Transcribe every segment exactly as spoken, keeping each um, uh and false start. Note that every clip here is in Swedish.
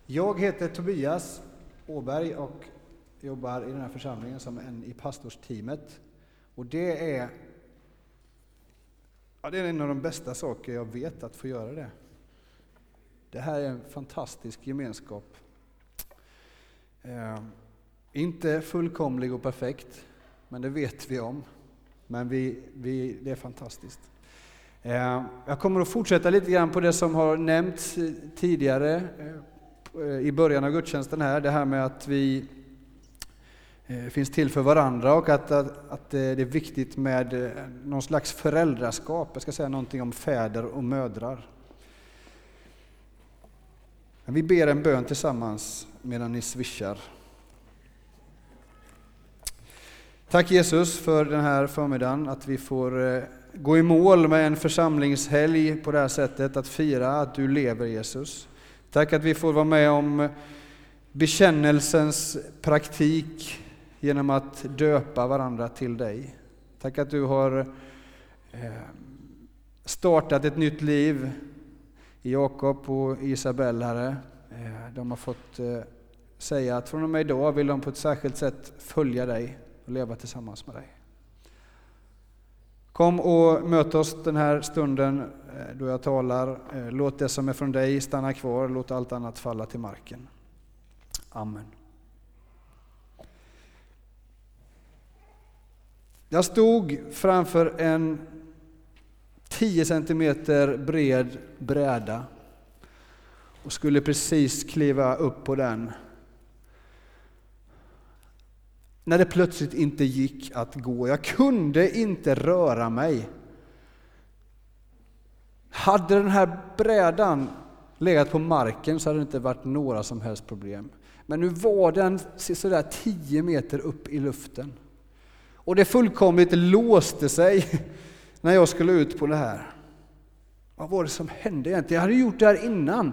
Jag heter Tobias Åberg och jobbar i den här församlingen som en i pastorsteamet. Och det är, ja, det är en av de bästa saker jag vet, att få göra det. Det här är en fantastisk gemenskap. Eh, inte fullkomlig och perfekt, men det vet vi om. Men vi, vi, det är fantastiskt. Eh, jag kommer att fortsätta lite grann på det som har nämnts tidigare eh, i början av gudstjänsten här. Det här med att vi eh, finns till för varandra och att, att, att det är viktigt med eh, någon slags föräldraskap. Jag ska säga någonting om fäder och mödrar. Men vi ber en bön tillsammans medan ni swishar. Tack Jesus för den här förmiddagen, att vi får eh, gå i mål med en församlingshelg på det här sättet, att fira att du lever, Jesus. Tack att vi får vara med om bekännelsens praktik genom att döpa varandra till dig. Tack att du har eh, startat ett nytt liv i Jakob och Isabel, Herre. Eh, de har fått eh, säga att från och med idag vill de på ett särskilt sätt följa dig och leva tillsammans med dig. Kom och möt oss den här stunden då jag talar. Låt det som är från dig stanna kvar. Låt allt annat falla till marken. Amen. Jag stod framför en tio centimeter bred bräda och skulle precis kliva upp på den, när det plötsligt inte gick att gå. Jag kunde inte röra mig. Hade den här brädan legat på marken så hade det inte varit några som helst problem. Men nu var den sådär tio meter upp i luften. Och det fullkomligt låste sig när jag skulle ut på det här. Vad var det som hände egentligen? Jag hade gjort det här innan.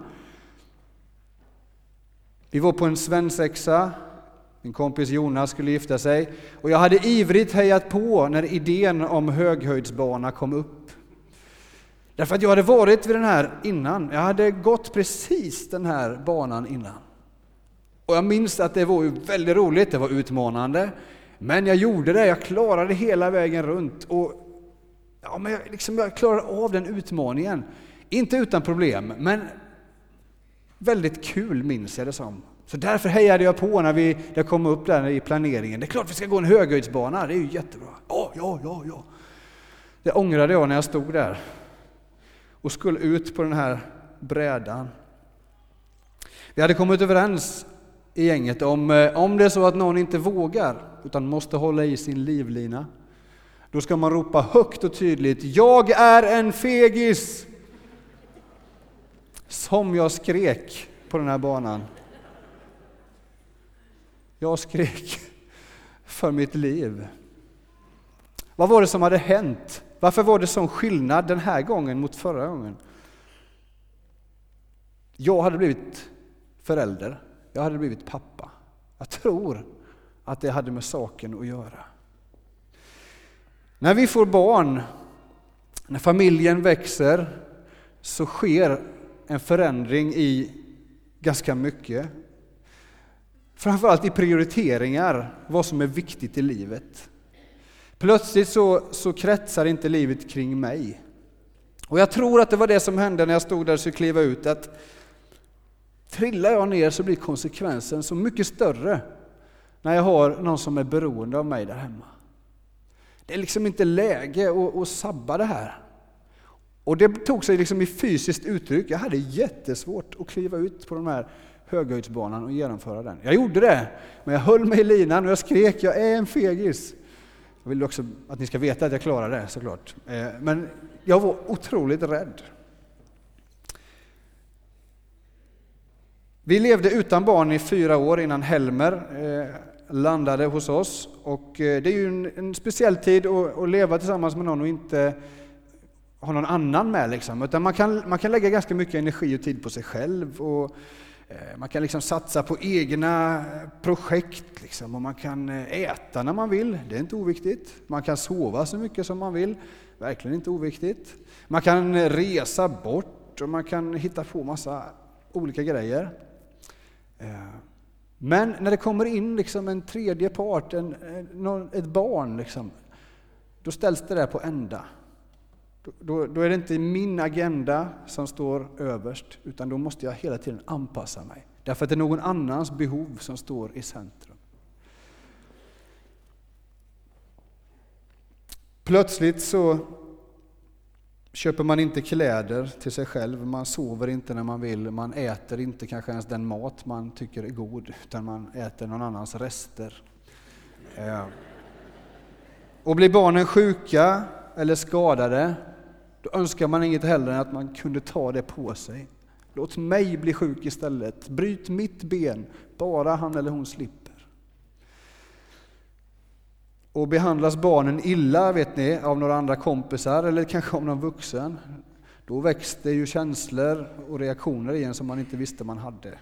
Vi var på en svensexa. Min kompis Jonas skulle gifta sig och jag hade ivrigt hejat på när idén om höghöjdsbana kom upp. Därför att jag hade varit vid den här innan. Jag hade gått precis den här banan innan. Och jag minns att det var ju väldigt roligt, det var utmanande. Men jag gjorde det, jag klarade hela vägen runt. Och ja, men jag, liksom, jag klarade av den utmaningen. Inte utan problem, men väldigt kul minns jag det som. Så därför hejade jag på när vi det kom upp där i planeringen. Det är klart vi ska gå en höghöjdsbana, det är ju jättebra. Ja, ja, ja, ja. Det ångrade jag när jag stod där och skulle ut på den här brädan. Vi hade kommit överens i gänget om, om det är så att någon inte vågar utan måste hålla i sin livlina, då ska man ropa högt och tydligt: jag är en fegis! Som jag skrek på den här banan. Jag skrek för mitt liv. Vad var det som hade hänt? Varför var det sån skillnad den här gången mot förra gången? Jag hade blivit förälder. Jag hade blivit pappa. Jag tror att det hade med saken att göra. När vi får barn, när familjen växer, så sker en förändring i ganska mycket. Framförallt i prioriteringar, vad som är viktigt i livet. Plötsligt så, så kretsar inte livet kring mig. Och jag tror att det var det som hände när jag stod där och skulle kliva ut. Att trillar jag ner så blir konsekvensen så mycket större när jag har någon som är beroende av mig där hemma. Det är liksom inte läge att, att sabba det här. Och det tog sig liksom i fysiskt uttryck. Jag hade jättesvårt att kliva ut på de här höghöjdsbanan och genomföra den. Jag gjorde det, men jag höll mig i linan och jag skrek: jag är en fegis. Jag vill också att ni ska veta att jag klarade det, såklart. Men jag var otroligt rädd. Vi levde utan barn i fyra år innan Helmer landade hos oss. Och det är ju en, en speciell tid att, att leva tillsammans med någon och inte ha någon annan med. Liksom. Utan man kan, man kan lägga ganska mycket energi och tid på sig själv. Och man kan liksom satsa på egna projekt liksom, och man kan äta när man vill, det är inte oviktigt. Man kan sova så mycket som man vill, verkligen inte oviktigt. Man kan resa bort och man kan hitta på massa olika grejer. Men när det kommer in liksom en tredje part, en, en, ett barn, liksom, då ställs det där på ända. Då, då, då är det inte min agenda som står överst, utan då måste jag hela tiden anpassa mig. Därför att det är någon annans behov som står i centrum. Plötsligt så köper man inte kläder till sig själv, man sover inte när man vill, man äter inte kanske ens den mat man tycker är god, utan man äter någon annans rester. Eh. Och blir barnen sjuka eller skadade, då önskar man inget hellre än att man kunde ta det på sig. Låt mig bli sjuk istället, bryt mitt ben, bara han eller hon slipper. Och behandlas barnen illa, vet ni, av några andra kompisar eller kanske av någon vuxen, då växte ju känslor och reaktioner igen som man inte visste man hade.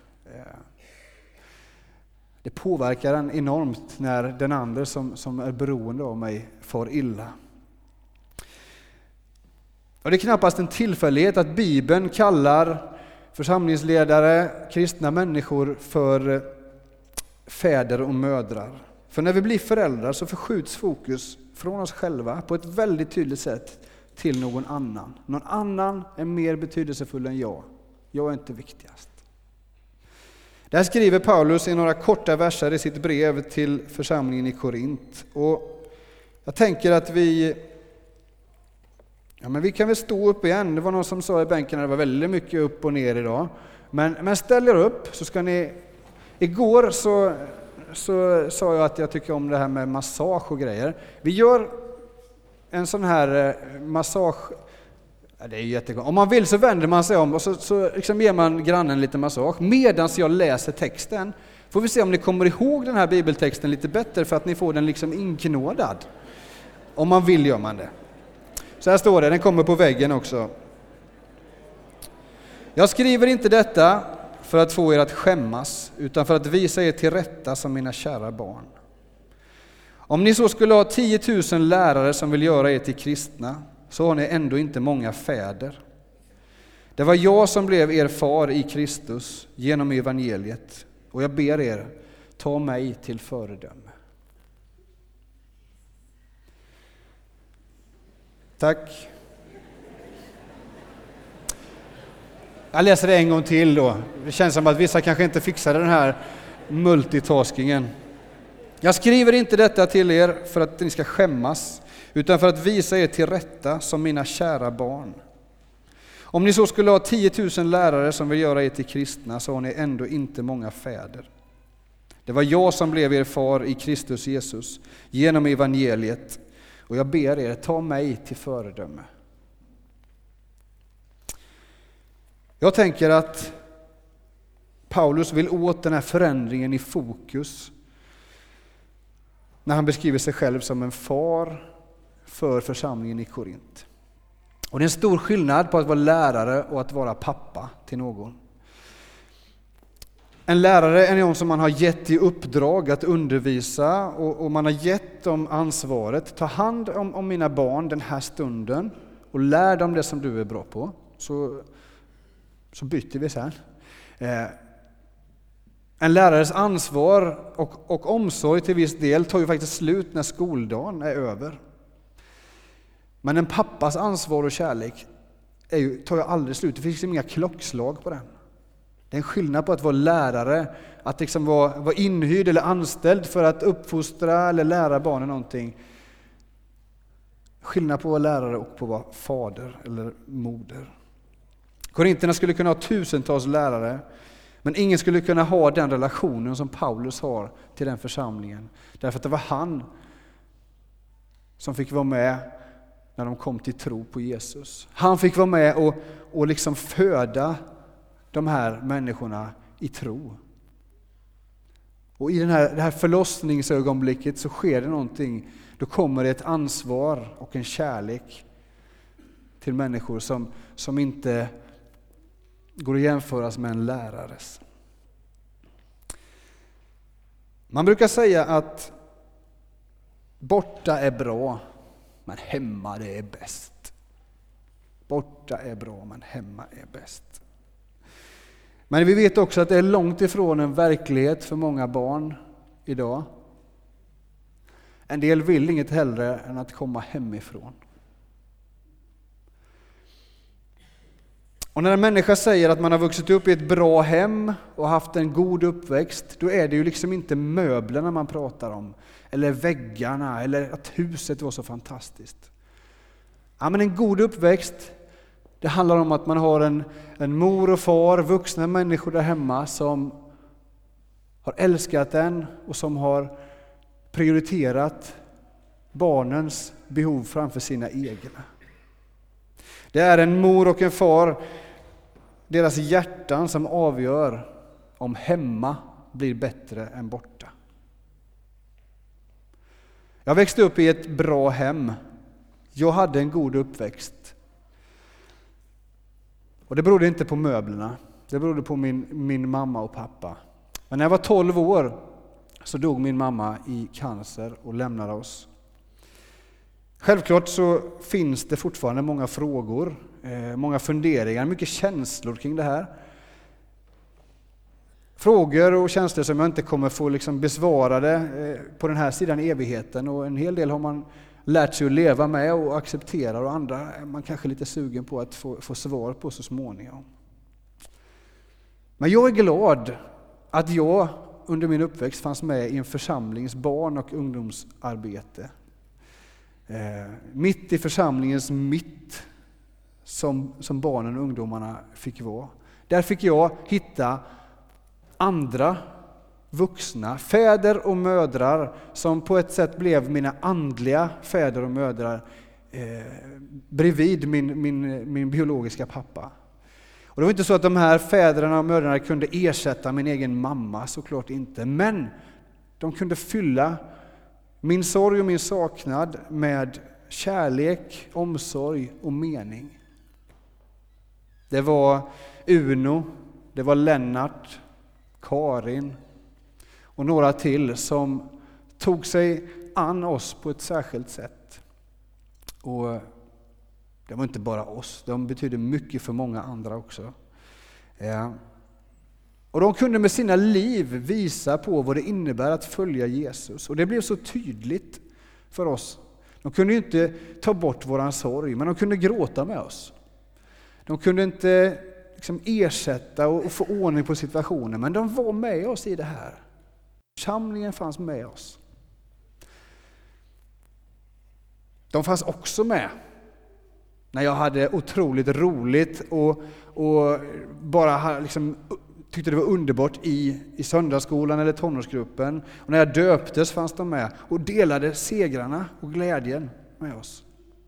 Det påverkar en enormt när den andra som, som är beroende av mig får illa. Och det är knappast en tillfällighet att Bibeln kallar församlingsledare, kristna människor för fäder och mödrar. För när vi blir föräldrar så förskjuts fokus från oss själva på ett väldigt tydligt sätt till någon annan. Någon annan är mer betydelsefull än jag. Jag är inte viktigast. Det här skriver Paulus i några korta verser i sitt brev till församlingen i Korint. Och jag tänker att vi... Ja, men vi kan väl stå upp igen. Det var någon som sa i bänken att det var väldigt mycket upp och ner idag. Men, men ställ er upp så ska ni... Igår så... så sa jag att jag tycker om det här med massage och grejer. Vi gör en sån här massage. Ja, det är ju jättegott. Om man vill så vänder man sig om och så, så liksom ger man grannen lite massage. Medan jag läser texten får vi se om ni kommer ihåg den här bibeltexten lite bättre för att ni får den liksom inknådad. Om man vill gör man det. Så här står det, den kommer på väggen också. Jag skriver inte detta för att få er att skämmas, utan för att visa er till rätta som mina kära barn. Om ni så skulle ha tiotusen lärare som vill göra er till kristna, så har ni ändå inte många fäder. Det var jag som blev er far i Kristus genom evangeliet, och jag ber er, ta mig till föredöme. Tack. Jag läser det en gång till då. Det känns som att vissa kanske inte fixade den här multitaskingen. Jag skriver inte detta till er för att ni ska skämmas, utan för att visa er till rätta som mina kära barn. Om ni så skulle ha tiotusen lärare som vill göra er till kristna, så har ni ändå inte många fäder. Det var jag som blev er far i Kristus Jesus genom evangeliet, och jag ber er, ta mig till föredöme. Jag tänker att Paulus vill åt den här förändringen i fokus när han beskriver sig själv som en far för församlingen i Korint. Och det är en stor skillnad på att vara lärare och att vara pappa till någon. En lärare är någon som man har gett i uppdrag att undervisa, och, och man har gett dem ansvaret. Ta hand om, om mina barn den här stunden och lär dem det som du är bra på. Så, så byter vi sen. Eh, en lärares ansvar och, och omsorg till viss del tar ju faktiskt slut när skoldagen är över. Men en pappas ansvar och kärlek är ju, tar ju aldrig slut. Det finns ju inga klockslag på den. Det är en skillnad på att vara lärare, att liksom vara, vara inhyrd eller anställd för att uppfostra eller lära barnen någonting. Skillnad på att vara lärare och på att vara fader eller moder. Korinterna skulle kunna ha tusentals lärare, men ingen skulle kunna ha den relationen som Paulus har till den församlingen. Därför att det var han som fick vara med när de kom till tro på Jesus. Han fick vara med och, och liksom föda de här människorna i tro. Och i den här, det här förlossningsögonblicket så sker det någonting. Då kommer det ett ansvar och en kärlek till människor som, som inte går att jämföras med en lärares. Man brukar säga att borta är bra, men hemma det är bäst. Borta är bra, men hemma är bäst. Men vi vet också att det är långt ifrån en verklighet för många barn idag. En del vill inget hellre än att komma hemifrån. Och när en människa säger att man har vuxit upp i ett bra hem och haft en god uppväxt, då är det ju liksom inte möblerna man pratar om, eller väggarna, eller att huset var så fantastiskt. Ja, men en god uppväxt, det handlar om att man har en, en mor och far, vuxna människor där hemma som har älskat en och som har prioriterat barnens behov framför sina egna. Det är en mor och en far, deras hjärtan, som avgör om hemma blir bättre än borta. Jag växte upp i ett bra hem. Jag hade en god uppväxt. Och det berodde inte på möblerna. Det berodde på min, min mamma och pappa. Men när jag var tolv år så dog min mamma i cancer och lämnade oss. Självklart så finns det fortfarande många frågor, eh, många funderingar, mycket känslor kring det här. Frågor och känslor som jag inte kommer få liksom besvarade eh, på den här sidan evigheten. Och en hel del har man lärt sig att leva med och acceptera, och andra är man kanske lite sugen på att få, få svar på så småningom. Men jag är glad att jag under min uppväxt fanns med i en församlings barn- och ungdomsarbete. Eh, mitt i församlingens mitt som, som barnen och ungdomarna fick vara. Där fick jag hitta andra vuxna, fäder och mödrar, som på ett sätt blev mina andliga fäder och mödrar eh, bredvid min, min, min biologiska pappa. Och det var inte så att de här fäderna och mödrarna kunde ersätta min egen mamma, såklart inte. Men de kunde fylla min sorg och min saknad med kärlek, omsorg och mening. Det var Uno, det var Lennart, Karin och några till som tog sig an oss på ett särskilt sätt. Och det var inte bara oss, de betydde mycket för många andra också. Ja. Och de kunde med sina liv visa på vad det innebär att följa Jesus. Och det blev så tydligt för oss. De kunde inte ta bort våran sorg, men de kunde gråta med oss. De kunde inte liksom ersätta och få ordning på situationen, men de var med oss i det här. Församlingen fanns med oss. De fanns också med när jag hade otroligt roligt och, och bara liksom tyckte det var underbart i, i söndagsskolan eller tonårsgruppen. Och när jag döptes fanns de med och delade segrarna och glädjen med oss.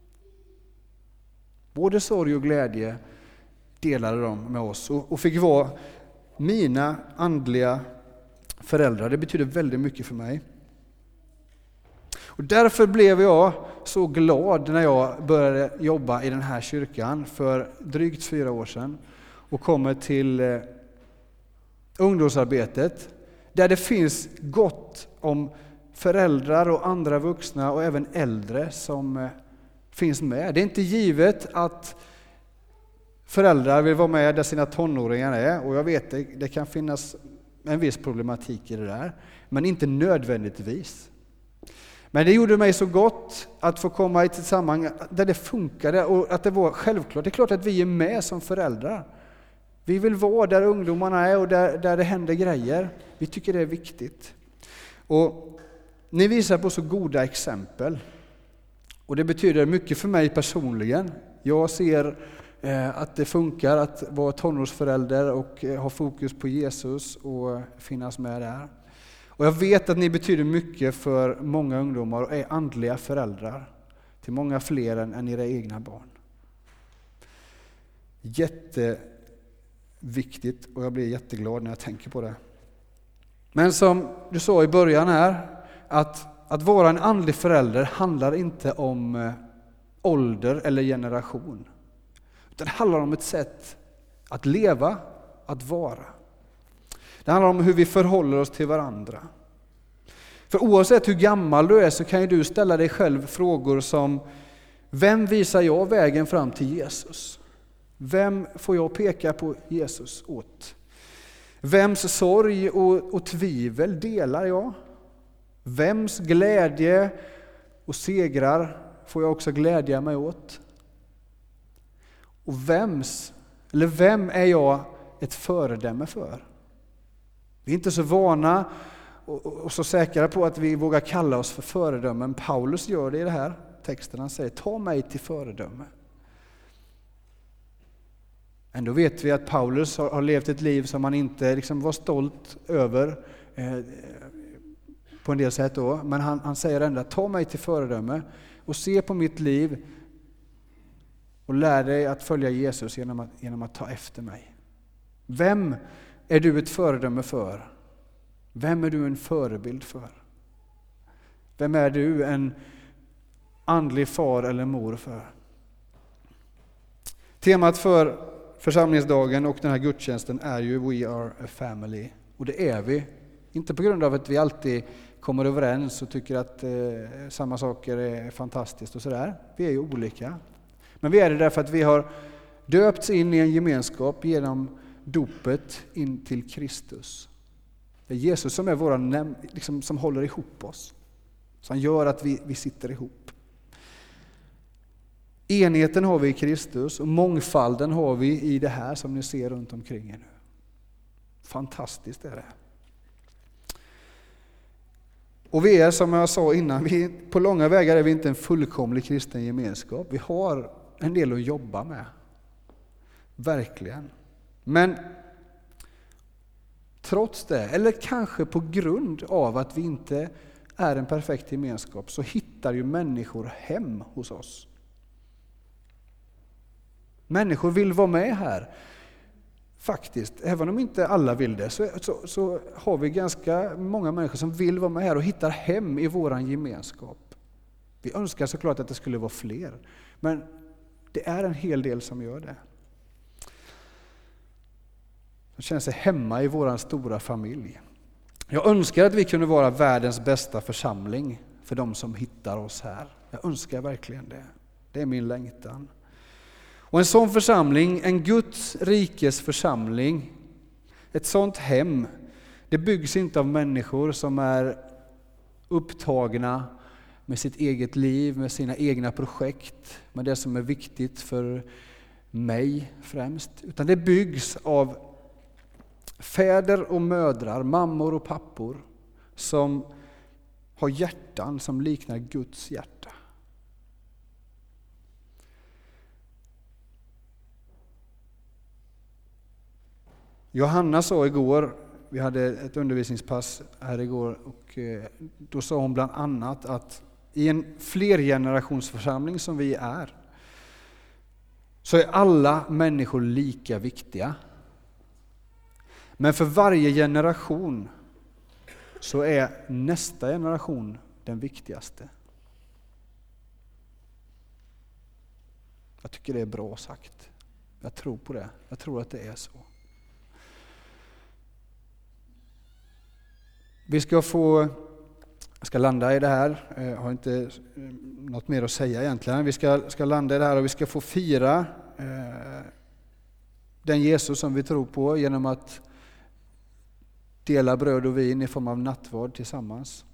Både sorg och glädje delade de med oss och, och fick vara mina andliga föräldrar. Det betyder väldigt mycket för mig. Och därför blev jag så glad när jag började jobba i den här kyrkan för drygt fyra år sedan och kommer till eh, ungdomsarbetet där det finns gott om föräldrar och andra vuxna och även äldre som eh, finns med. Det är inte givet att föräldrar vill vara med där sina tonåringar är, och jag vet det, det kan finnas en viss problematik i det där, men inte nödvändigtvis. Men det gjorde mig så gott att få komma i ett sammanhang där det funkade och att det var självklart. Det är klart att vi är med som föräldrar. Vi vill vara där ungdomarna är och där, där det händer grejer. Vi tycker det är viktigt. Och ni visar på så goda exempel. Och det betyder mycket för mig personligen. Jag ser eh, att det funkar att vara tonårsförälder och eh, ha fokus på Jesus och finnas med där. Och jag vet att ni betyder mycket för många ungdomar och är andliga föräldrar till många fler än, än era egna barn. Jätteviktigt, och jag blir jätteglad när jag tänker på det. Men som du sa i början här, att, att vara en andlig förälder handlar inte om eh, ålder eller generation. Utan det handlar om ett sätt att leva, att vara. Det handlar om hur vi förhåller oss till varandra. För oavsett hur gammal du är så kan ju du ställa dig själv frågor som: vem visar jag vägen fram till Jesus? Vem får jag peka på Jesus åt? Vems sorg och, och tvivel delar jag? Vems glädje och segrar får jag också glädja mig åt? Och vems, eller vem är jag ett föredöme för? Vi är inte så vana och, och så säkra på att vi vågar kalla oss för föredömen. Paulus gör det i den här texten. Han säger, ta mig till föredöme. Ändå vet vi att Paulus har, har levt ett liv som han inte liksom var stolt över eh, på en del sätt då. Men han, han säger ändå, ta mig till föredöme och se på mitt liv och lär dig att följa Jesus genom att, genom att ta efter mig. Vem är du ett föredöme för? Vem är du en förebild för? Vem är du en andlig far eller mor för? Temat för församlingsdagen och den här gudstjänsten är ju We are a family. Och det är vi. Inte på grund av att vi alltid kommer överens och tycker att eh, samma saker är fantastiskt och sådär. Vi är ju olika. Men vi är det därför att vi har döpts in i en gemenskap genom dopet in till Kristus. Det är Jesus som är våran, liksom, som håller ihop oss. Som gör att vi, vi sitter ihop. Enheten har vi i Kristus och mångfalden har vi i det här som ni ser runt omkring er nu. Fantastiskt är det. Och vi är, som jag sa innan, vi, på långa vägar är vi inte en fullkomlig kristen gemenskap. Vi har en del att jobba med. Verkligen. Men trots det, eller kanske på grund av att vi inte är en perfekt gemenskap, så hittar ju människor hem hos oss. Människor vill vara med här. Faktiskt, även om inte alla vill det, så, så, så har vi ganska många människor som vill vara med här och hittar hem i våran gemenskap. Vi önskar såklart att det skulle vara fler, men det är en hel del som gör det. De känner sig hemma i våran stora familj. Jag önskar att vi kunde vara världens bästa församling för de som hittar oss här. Jag önskar verkligen det. Det är min längtan. Och en sån församling, en Guds rikes församling, ett sånt hem, det byggs inte av människor som är upptagna med sitt eget liv, med sina egna projekt, med det som är viktigt för mig främst. Utan det byggs av fäder och mödrar, mammor och pappor som har hjärtan som liknar Guds hjärta. Johanna sa igår, vi hade ett undervisningspass här igår, och då sa hon bland annat att i en flergenerationsförsamling som vi är, så är alla människor lika viktiga. Men för varje generation så är nästa generation den viktigaste. Jag tycker det är bra sagt. Jag tror på det. Jag tror att det är så. Vi ska få, jag ska landa i det här, jag har inte något mer att säga egentligen. Vi ska, ska landa i det här och vi ska få fira eh, den Jesus som vi tror på genom att dela bröd och vin i form av nattvard tillsammans.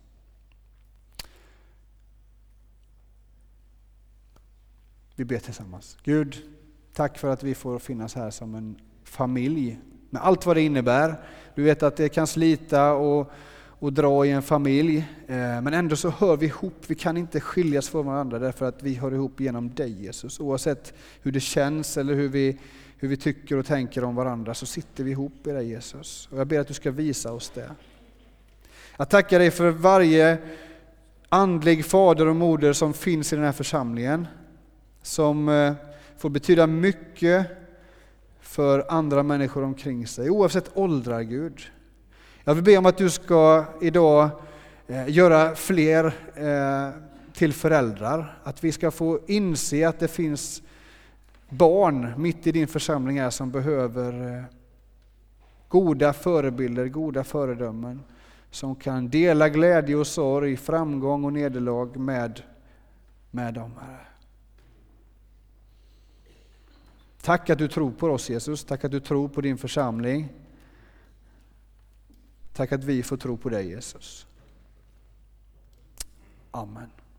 Vi ber tillsammans. Gud, tack för att vi får finnas här som en familj med allt vad det innebär. Du vet att det kan slita och och dra i en familj, men ändå så hör vi ihop. Vi kan inte skiljas från varandra därför att vi hör ihop genom dig, Jesus. Oavsett hur det känns eller hur vi, hur vi tycker och tänker om varandra, så sitter vi ihop i dig, Jesus. Och jag ber att du ska visa oss det. Jag tackar dig för varje andlig fader och moder som finns i den här församlingen, som får betyda mycket för andra människor omkring sig, oavsett åldrar, Gud. Jag vill be om att du ska idag eh, göra fler eh, till föräldrar. Att vi ska få inse att det finns barn mitt i din församling här som behöver eh, goda förebilder, goda föredömen. Som kan dela glädje och sorg, framgång och nederlag med, med dem här. Tack att du tror på oss, Jesus. Tack att du tror på din församling. Tack att vi får tro på dig, Jesus. Amen.